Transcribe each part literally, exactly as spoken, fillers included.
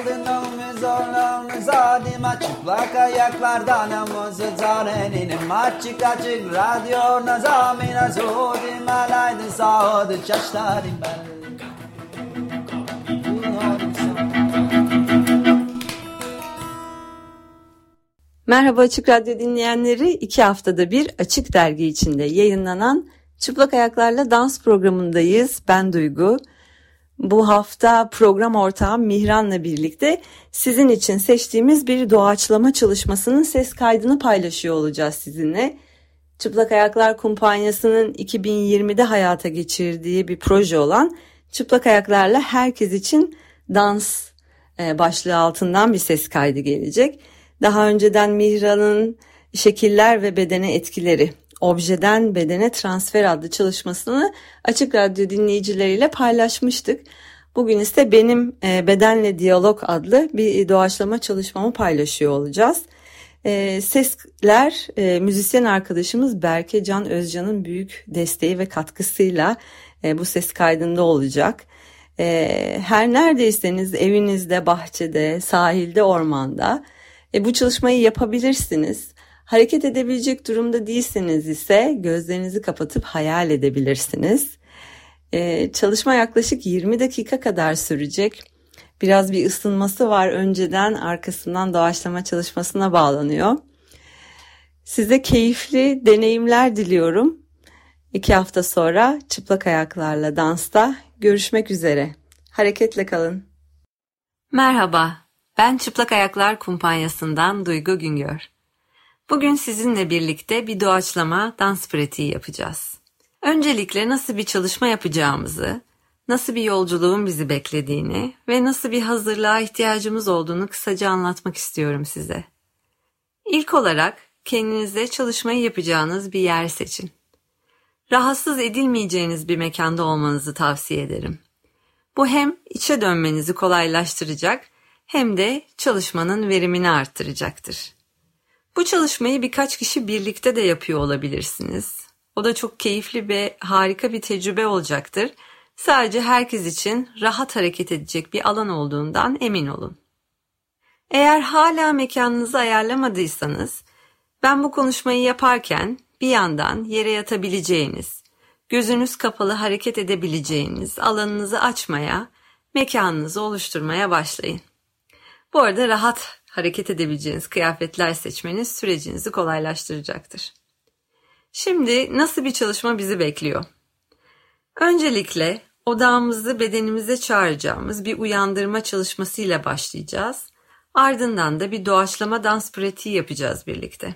aldın omuz omuz adıma çıplak ayaklardan omuz zarenin açık açık radyo nazamina zodim alaydı sağdı çaşlarım ben. Merhaba Açık Radyo dinleyenleri, iki haftada bir Açık Dergi içinde yayınlanan Çıplak Ayaklarla Dans programındayız. Ben Duygu. Bu hafta program ortağım Mihran'la birlikte sizin için seçtiğimiz bir doğaçlama çalışmasının ses kaydını paylaşıyor olacağız sizinle. Çıplak Ayaklar Kumpanyası'nın iki bin yirmide hayata geçirdiği bir proje olan Çıplak Ayaklarla Herkes için Dans başlığı altından bir ses kaydı gelecek. Daha önceden Mihran'ın Şekiller ve Bedene Etkileri, Objeden Bedene Transfer adlı çalışmasını Açık Radyo dinleyicileriyle paylaşmıştık. Bugün ise benim Bedenle Diyalog adlı bir doğaçlama çalışmamı paylaşıyor olacağız. Sesler müzisyen arkadaşımız Berke Can Özcan'ın büyük desteği ve katkısıyla bu ses kaydında olacak. Her neredeyseniz evinizde, bahçede, sahilde, ormanda E, bu çalışmayı yapabilirsiniz. Hareket edebilecek durumda değilseniz ise gözlerinizi kapatıp hayal edebilirsiniz. E, çalışma yaklaşık yirmi dakika kadar sürecek. Biraz bir ısınması var önceden, arkasından doğaçlama çalışmasına bağlanıyor. Size keyifli deneyimler diliyorum. İki hafta sonra Çıplak Ayaklarla Dans'ta görüşmek üzere. Hareketle kalın. Merhaba. Ben Çıplak Ayaklar Kumpanyası'ndan Duygu Güngör. Bugün sizinle birlikte bir doğaçlama dans pratiği yapacağız. Öncelikle nasıl bir çalışma yapacağımızı, nasıl bir yolculuğun bizi beklediğini ve nasıl bir hazırlığa ihtiyacımız olduğunu kısaca anlatmak istiyorum size. İlk olarak kendinize çalışmayı yapacağınız bir yer seçin. Rahatsız edilmeyeceğiniz bir mekanda olmanızı tavsiye ederim. Bu hem içe dönmenizi kolaylaştıracak hem de çalışmanın verimini arttıracaktır. Bu çalışmayı birkaç kişi birlikte de yapıyor olabilirsiniz. O da çok keyifli ve harika bir tecrübe olacaktır. Sadece herkes için rahat hareket edecek bir alan olduğundan emin olun. Eğer hala mekanınızı ayarlamadıysanız, ben bu konuşmayı yaparken bir yandan yere yatabileceğiniz, gözünüz kapalı hareket edebileceğiniz alanınızı açmaya, mekanınızı oluşturmaya başlayın. Bu arada rahat hareket edebileceğiniz kıyafetler seçmeniz sürecinizi kolaylaştıracaktır. Şimdi nasıl bir çalışma bizi bekliyor? Öncelikle odağımızı bedenimize çağıracağımız bir uyandırma çalışmasıyla başlayacağız. Ardından da bir doğaçlama dans pratiği yapacağız birlikte.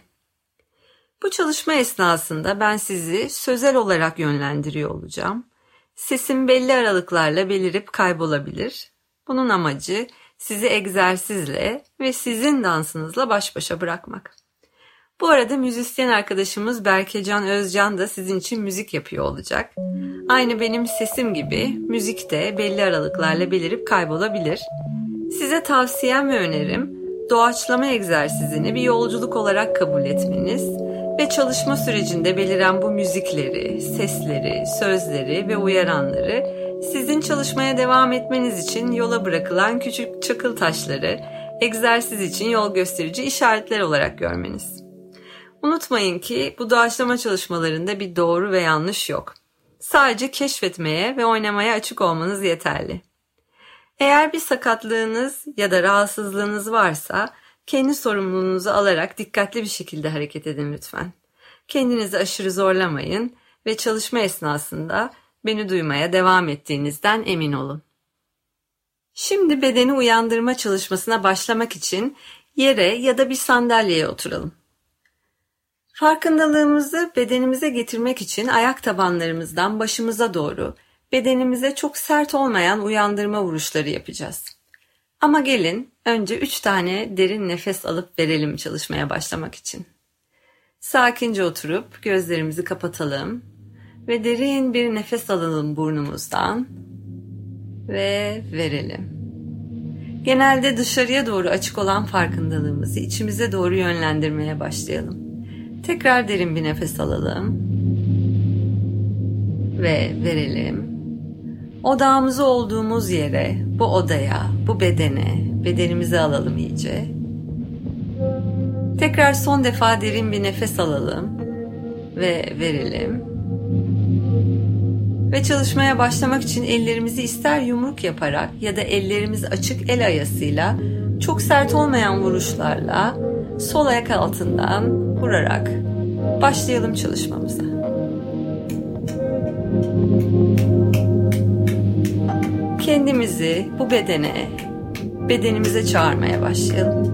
Bu çalışma esnasında ben sizi sözel olarak yönlendiriyor olacağım. Sesim belli aralıklarla belirip kaybolabilir. Bunun amacı sizi egzersizle ve sizin dansınızla baş başa bırakmak. Bu arada müzisyen arkadaşımız Berke Can Özcan da sizin için müzik yapıyor olacak. Aynı benim sesim gibi müzik de belli aralıklarla belirip kaybolabilir. Size tavsiyem ve önerim doğaçlama egzersizini bir yolculuk olarak kabul etmeniz ve çalışma sürecinde beliren bu müzikleri, sesleri, sözleri ve uyaranları sizin çalışmaya devam etmeniz için yola bırakılan küçük çakıl taşları, egzersiz için yol gösterici işaretler olarak görmeniz. Unutmayın ki bu doğaçlama çalışmalarında bir doğru ve yanlış yok. Sadece keşfetmeye ve oynamaya açık olmanız yeterli. Eğer bir sakatlığınız ya da rahatsızlığınız varsa kendi sorumluluğunuzu alarak dikkatli bir şekilde hareket edin lütfen. Kendinizi aşırı zorlamayın ve çalışma esnasında beni duymaya devam ettiğinizden emin olun. Şimdi bedeni uyandırma çalışmasına başlamak için yere ya da bir sandalyeye oturalım. Farkındalığımızı bedenimize getirmek için ayak tabanlarımızdan başımıza doğru bedenimize çok sert olmayan uyandırma vuruşları yapacağız. Ama gelin önce üç tane derin nefes alıp verelim çalışmaya başlamak için. Sakince oturup gözlerimizi kapatalım ve derin bir nefes alalım burnumuzdan ve verelim. Genelde dışarıya doğru açık olan farkındalığımızı içimize doğru yönlendirmeye başlayalım. Tekrar derin bir nefes alalım ve verelim. Odağımızı olduğumuz yere, bu odaya, bu bedene, bedenimizi alalım iyice. Tekrar son defa derin bir nefes alalım ve verelim. Ve çalışmaya başlamak için ellerimizi ister yumruk yaparak ya da ellerimiz açık el ayasıyla çok sert olmayan vuruşlarla sol ayak altından vurarak başlayalım çalışmamıza. Kendimizi bu bedene, bedenimize çağırmaya başlayalım.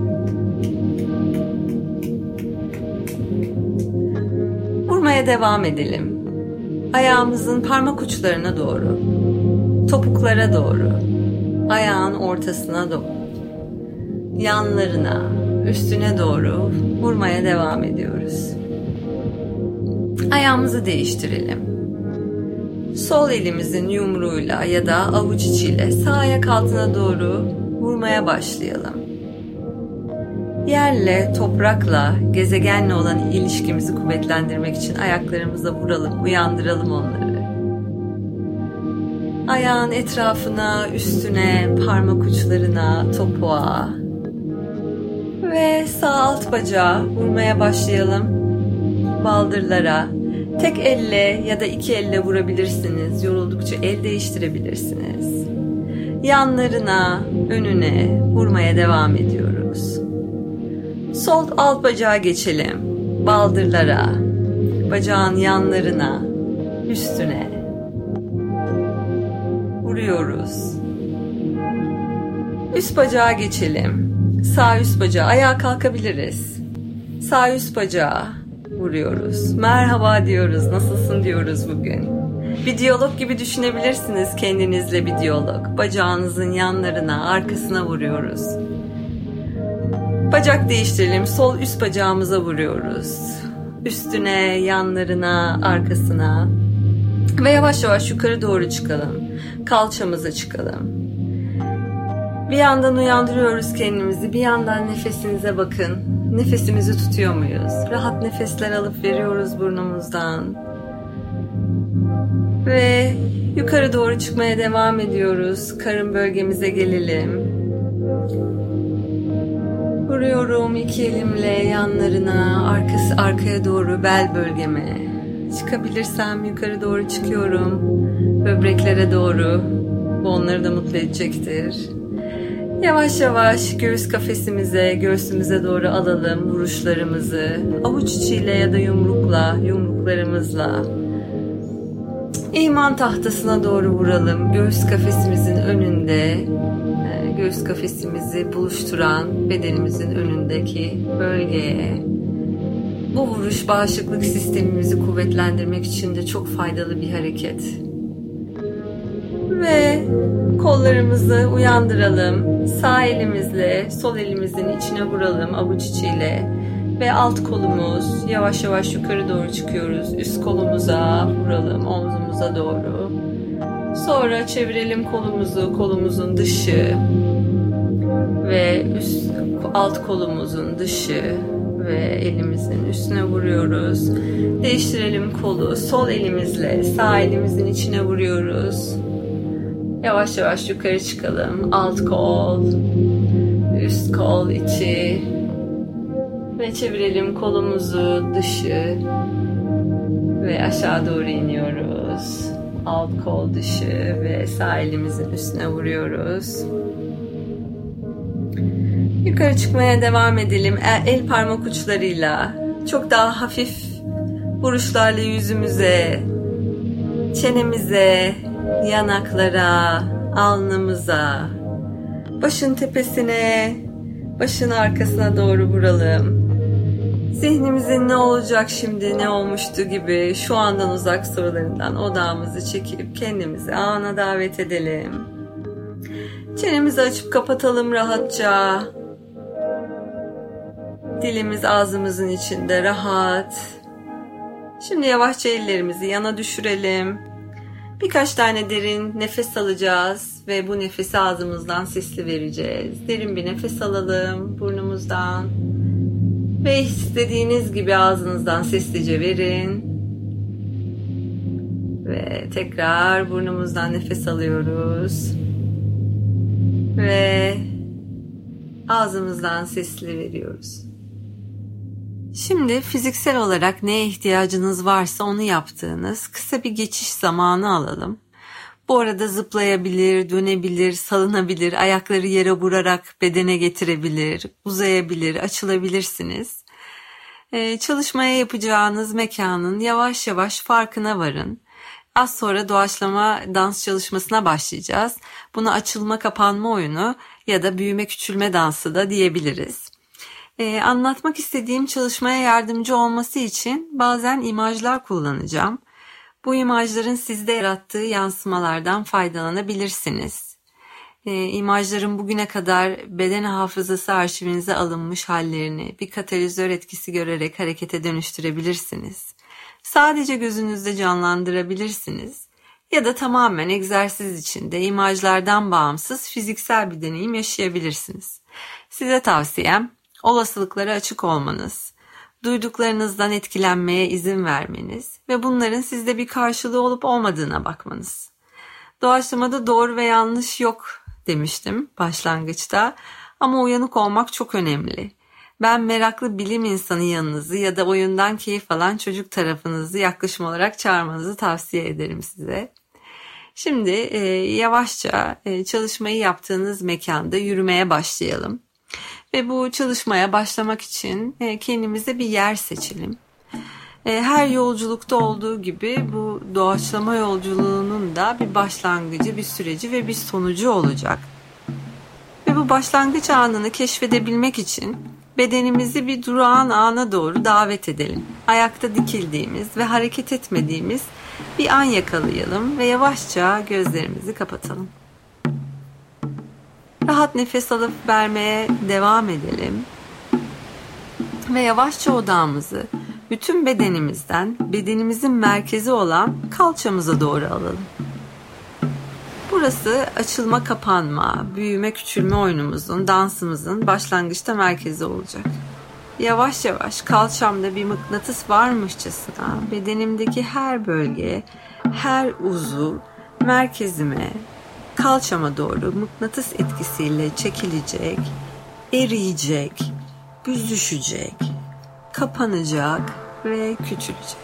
Vurmaya devam edelim. Ayağımızın parmak uçlarına doğru, topuklara doğru, ayağın ortasına doğru, yanlarına, üstüne doğru vurmaya devam ediyoruz. Ayağımızı değiştirelim. Sol elimizin yumruğuyla ya da avuç içiyle sağ ayak altına doğru vurmaya başlayalım. Yerle, toprakla, gezegenle olan ilişkimizi kuvvetlendirmek için ayaklarımıza vuralım, uyandıralım onları. Ayağın etrafına, üstüne, parmak uçlarına, topuğa ve sağ alt bacağı vurmaya başlayalım. Baldırlara, tek elle ya da iki elle vurabilirsiniz. Yoruldukça el değiştirebilirsiniz. Yanlarına, önüne vurmaya devam ediyoruz. Sol alt bacağı geçelim. Baldırlara, bacağın yanlarına, üstüne vuruyoruz. Üst bacağı geçelim. Sağ üst bacağı, ayağa kalkabiliriz. Sağ üst bacağı vuruyoruz. Merhaba diyoruz, nasılsın diyoruz bugün. Bir diyalog gibi düşünebilirsiniz, kendinizle bir diyalog. Bacağınızın yanlarına, arkasına vuruyoruz. Bacak değiştirelim. Sol üst bacağımıza vuruyoruz. Üstüne, yanlarına, arkasına. Ve yavaş yavaş yukarı doğru çıkalım. Kalçamıza çıkalım. Bir yandan uyandırıyoruz kendimizi. Bir yandan nefesinize bakın. Nefesimizi tutuyor muyuz? Rahat nefesler alıp veriyoruz burnumuzdan. Ve yukarı doğru çıkmaya devam ediyoruz. Karın bölgemize gelelim. Vuruyorum iki elimle yanlarına, arkası arkaya doğru bel bölgeme. Çıkabilirsem yukarı doğru çıkıyorum. Böbreklere doğru. Bu onları da mutlu edecektir. Yavaş yavaş göğüs kafesimize, göğsümüze doğru alalım vuruşlarımızı. Avuç içiyle ya da yumrukla, yumruklarımızla. İman tahtasına doğru vuralım. Göğüs kafesimizin önünde. Göğüs kafesimizi buluşturan bedenimizin önündeki bölgeye. Bu vuruş bağışıklık sistemimizi kuvvetlendirmek için de çok faydalı bir hareket. Ve kollarımızı uyandıralım. Sağ elimizle sol elimizin içine vuralım avuç içiyle. Ve alt kolumuz yavaş yavaş yukarı doğru çıkıyoruz. Üst kolumuza vuralım, omzumuza doğru. Sonra çevirelim kolumuzu, kolumuzun dışı ve üst alt kolumuzun dışı ve elimizin üstüne vuruyoruz. Değiştirelim kolu. Sol elimizle sağ elimizin içine vuruyoruz. Yavaş yavaş yukarı çıkalım. Alt kol, üst kol içi ve çevirelim kolumuzu dışı ve aşağı doğru iniyoruz. Alt kol dışı ve sağ elimizin üstüne vuruyoruz. Yukarı çıkmaya devam edelim. El parmak uçlarıyla çok daha hafif vuruşlarla yüzümüze, çenemize, yanaklara, alnımıza, başın tepesine, başın arkasına doğru vuralım. Zihnimizin ne olacak şimdi, ne olmuştu gibi şu andan uzak sorularından odağımızı çekip kendimizi ana davet edelim. Çenemizi açıp kapatalım rahatça. Dilimiz ağzımızın içinde rahat. Şimdi yavaşça ellerimizi yana düşürelim. Birkaç tane derin nefes alacağız ve bu nefesi ağzımızdan sesli vereceğiz. Derin bir nefes alalım burnumuzdan. Ve istediğiniz gibi ağzınızdan seslice verin. Ve tekrar burnumuzdan nefes alıyoruz. Ve ağzımızdan sesli veriyoruz. Şimdi fiziksel olarak neye ihtiyacınız varsa onu yaptığınız kısa bir geçiş zamanı alalım. Bu arada zıplayabilir, dönebilir, salınabilir, ayakları yere vurarak bedene getirebilir, uzayabilir, açılabilirsiniz. Ee, çalışmaya yapacağınız mekanın yavaş yavaş farkına varın. Az sonra doğaçlama dans çalışmasına başlayacağız. Buna açılma kapanma oyunu ya da büyüme küçülme dansı da diyebiliriz. Ee, anlatmak istediğim çalışmaya yardımcı olması için bazen imajlar kullanacağım. Bu imajların sizde yarattığı yansımalardan faydalanabilirsiniz. Ee, imajların bugüne kadar beden hafızası arşivinize alınmış hallerini bir katalizör etkisi görerek harekete dönüştürebilirsiniz. Sadece gözünüzde canlandırabilirsiniz ya da tamamen egzersiz içinde imajlardan bağımsız fiziksel bir deneyim yaşayabilirsiniz. Size tavsiyem olasılıklara açık olmanız, duyduklarınızdan etkilenmeye izin vermeniz ve bunların sizde bir karşılığı olup olmadığına bakmanız. Doğaçlamada doğru ve yanlış yok demiştim başlangıçta ama uyanık olmak çok önemli. Ben meraklı bilim insanı yanınızı ya da oyundan keyif alan çocuk tarafınızı yaklaşım olarak çağırmanızı tavsiye ederim size. Şimdi e, yavaşça e, çalışmayı yaptığınız mekanda yürümeye başlayalım. Ve bu çalışmaya başlamak için e, kendimize bir yer seçelim. E, her yolculukta olduğu gibi bu doğaçlama yolculuğunun da bir başlangıcı, bir süreci ve bir sonucu olacak. Ve bu başlangıç anını keşfedebilmek için bedenimizi bir durağan ana doğru davet edelim. Ayakta dikildiğimiz ve hareket etmediğimiz bir an yakalayalım ve yavaşça gözlerimizi kapatalım. Rahat nefes alıp vermeye devam edelim. Ve yavaşça odağımızı bütün bedenimizden bedenimizin merkezi olan kalçamıza doğru alalım. Burası açılma kapanma, büyüme küçülme oyunumuzun, dansımızın başlangıçta merkezi olacak. Yavaş yavaş kalçamda bir mıknatıs varmışçasına bedenimdeki her bölge, her uzuv merkezime, kalçama doğru mıknatıs etkisiyle çekilecek, eriyecek, büzüşecek, kapanacak ve küçülecek.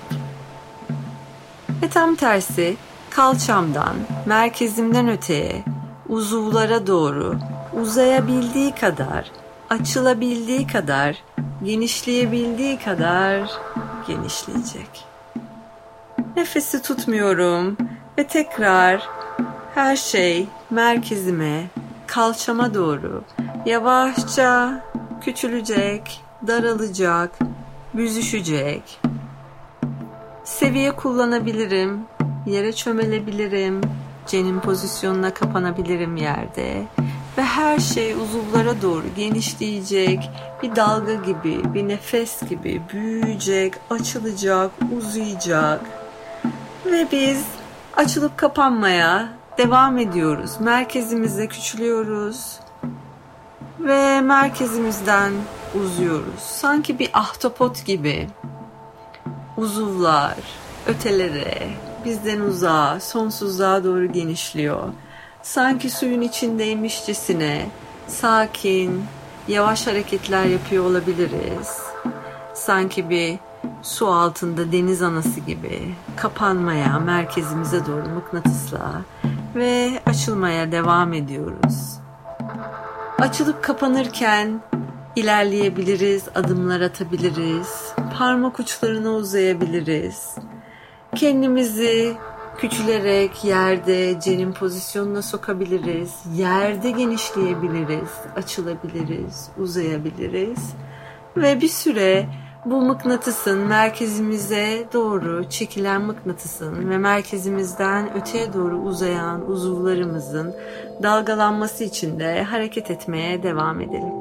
Ve tam tersi kalçamdan, merkezimden öteye, uzuvlara doğru uzayabildiği kadar, açılabildiği kadar, genişleyebildiği kadar genişleyecek. Nefesi tutmuyorum ve tekrar her şey merkezime, kalçama doğru yavaşça küçülecek, daralacak, büzüşecek. Seviye kullanabilirim, yere çömelebilirim, cenin pozisyonuna kapanabilirim yerde ve her şey uzuvlara doğru genişleyecek, bir dalga gibi, bir nefes gibi büyüyecek, açılacak, uzayacak ve biz açılıp kapanmaya devam ediyoruz. Merkezimize küçülüyoruz ve merkezimizden uzuyoruz. Sanki bir ahtapot gibi uzuvlar ötelere, bizden uzağa, sonsuzluğa doğru genişliyor. Sanki suyun içindeymişçesine sakin, yavaş hareketler yapıyor olabiliriz. Sanki bir su altında deniz anası gibi kapanmaya, merkezimize doğru mıknatısla ve açılmaya devam ediyoruz. Açılıp kapanırken ilerleyebiliriz, adımlar atabiliriz, parmak uçlarına uzayabiliriz. Kendimizi küçülerek yerde cenin pozisyonuna sokabiliriz, yerde genişleyebiliriz, açılabiliriz, uzayabiliriz ve bir süre bu mıknatısın merkezimize doğru çekilen mıknatısın ve merkezimizden öteye doğru uzayan uzuvlarımızın dalgalanması için de hareket etmeye devam edelim.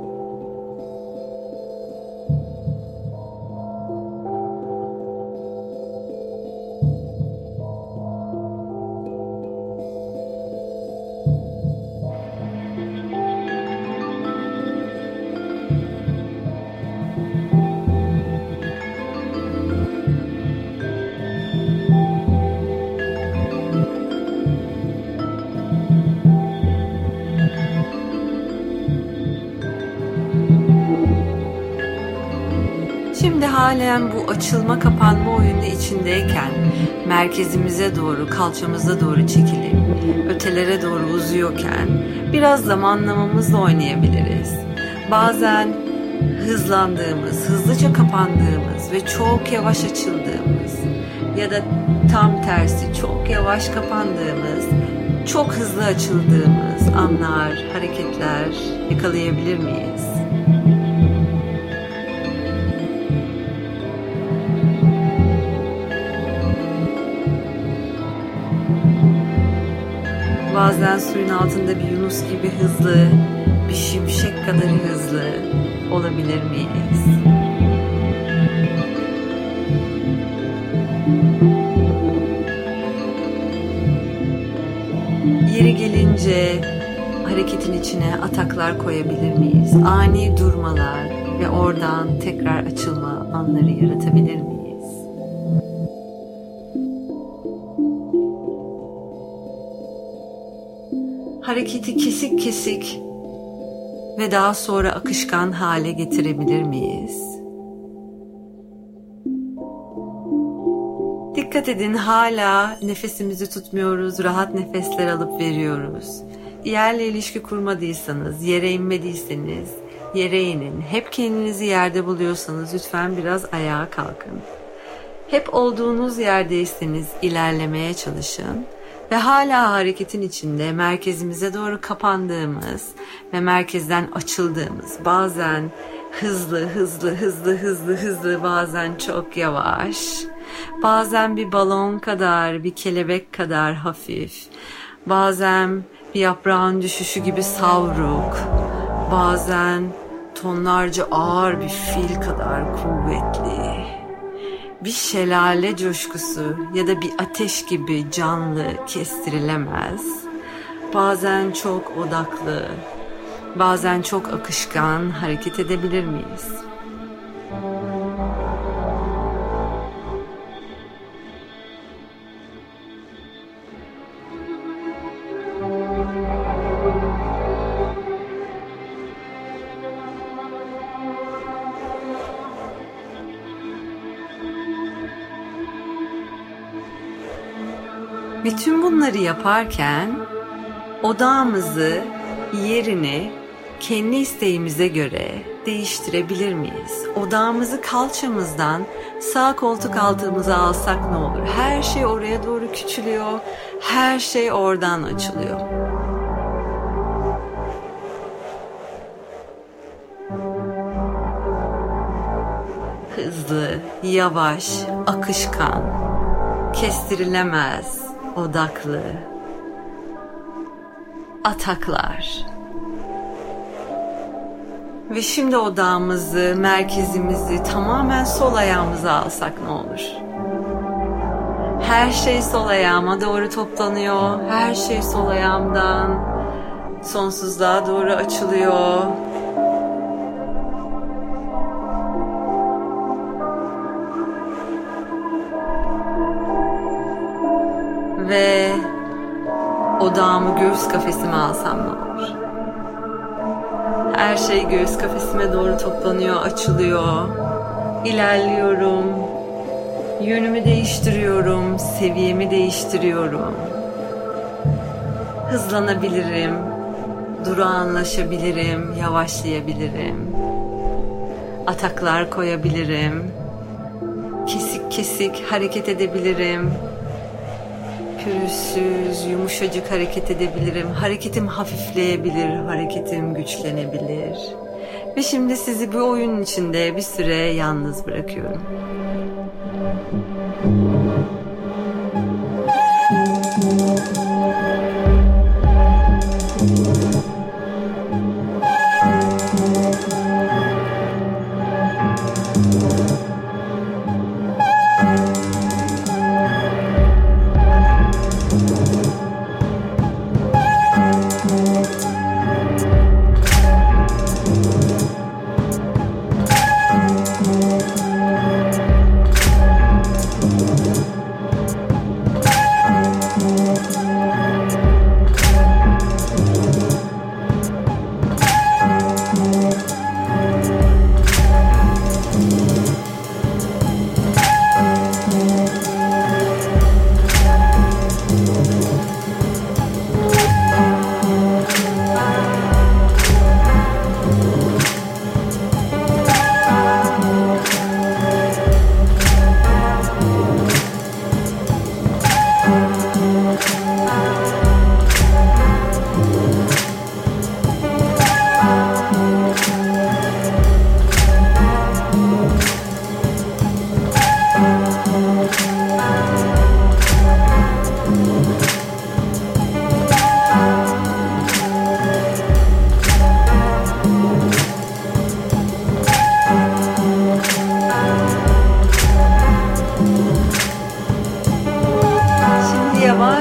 halen bu açılma kapanma oyunu içindeyken merkezimize doğru, kalçamıza doğru çekilip ötelere doğru uzuyorken biraz zamanlamamızla oynayabiliriz. Bazen hızlandığımız, hızlıca kapandığımız ve çok yavaş açıldığımız ya da tam tersi çok yavaş kapandığımız, çok hızlı açıldığımız anlar, hareketler yakalayabilir miyiz? Bazen suyun altında bir yunus gibi hızlı, bir şimşek kadar hızlı olabilir miyiz? Yeri gelince hareketin içine ataklar koyabilir miyiz? Ani durmalar ve oradan tekrar açılma anları yaratabilir miyiz? Hareketi kesik kesik ve daha sonra akışkan hale getirebilir miyiz? Dikkat edin, hala nefesimizi tutmuyoruz, rahat nefesler alıp veriyoruz. Yerle ilişki kurmadıysanız, yere inmediyseniz yere inin. Hep kendinizi yerde buluyorsanız lütfen biraz ayağa kalkın. Hep olduğunuz yerdeyseniz ilerlemeye çalışın. Ve hala hareketin içinde merkezimize doğru kapandığımız ve merkezden açıldığımız, bazen hızlı hızlı hızlı hızlı hızlı, bazen çok yavaş, bazen bir balon kadar, bir kelebek kadar hafif, bazen bir yaprağın düşüşü gibi savruk, bazen tonlarca ağır bir fil kadar kuvvetli, bir şelale coşkusu ya da bir ateş gibi canlı, kestirilemez, bazen çok odaklı, bazen çok akışkan hareket edebilir miyiz? Ve tüm bunları yaparken odağımızı, yerini kendi isteğimize göre değiştirebilir miyiz? Odağımızı kalçamızdan sağ koltuk altımıza alsak ne olur? Her şey oraya doğru küçülüyor, her şey oradan açılıyor. Hızlı, yavaş, akışkan, kestirilemez, odaklı, ataklar. Ve şimdi odağımızı, merkezimizi tamamen sol ayağımıza alsak ne olur? Her şey sol ayağıma doğru toplanıyor. Her şey sol ayağımdan sonsuzluğa doğru açılıyor. Ve odağımı göğüs kafesime alsam ne olur? Her şey göğüs kafesime doğru toplanıyor, açılıyor. İlerliyorum. Yönümü değiştiriyorum, seviyemi değiştiriyorum. Hızlanabilirim, durağanlaşabilirim, yavaşlayabilirim. Ataklar koyabilirim. Kesik kesik hareket edebilirim. Pürüzsüz, yumuşacık hareket edebilirim. Hareketim hafifleyebilir, hareketim güçlenebilir. Ve şimdi sizi bu oyunun içinde bir süre yalnız bırakıyorum.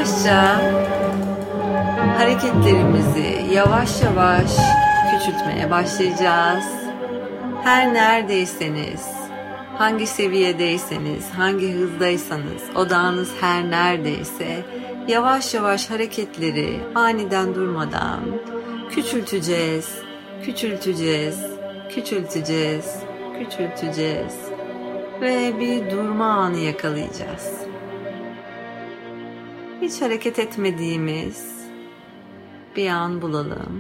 yavaşça hareketlerimizi yavaş yavaş küçültmeye başlayacağız. Her neredeyseniz, hangi seviyedeyseniz, hangi hızdaysanız, odağınız her neredeyse yavaş yavaş hareketleri aniden durmadan küçülteceğiz, küçülteceğiz, küçülteceğiz, küçülteceğiz ve bir durma anı yakalayacağız. Hiç hareket etmediğimiz bir an bulalım.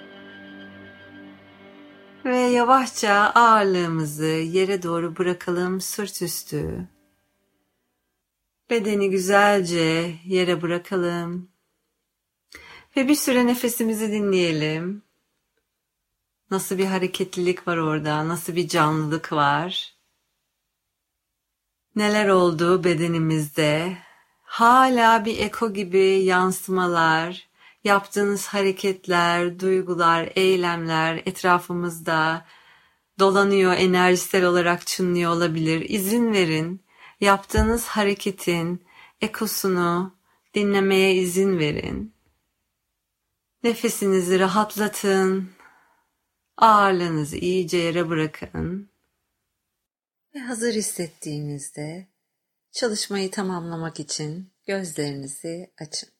Ve yavaşça ağırlığımızı yere doğru bırakalım, sırt üstü. Bedeni güzelce yere bırakalım. Ve bir süre nefesimizi dinleyelim. Nasıl bir hareketlilik var orada, nasıl bir canlılık var. Neler oldu bedenimizde? Hala bir eko gibi yansımalar, yaptığınız hareketler, duygular, eylemler etrafımızda dolanıyor, enerjisel olarak çınlıyor olabilir. İzin verin, yaptığınız hareketin ekosunu dinlemeye izin verin. Nefesinizi rahatlatın, ağırlığınızı iyice yere bırakın ve hazır hissettiğinizde çalışmayı tamamlamak için gözlerinizi açın.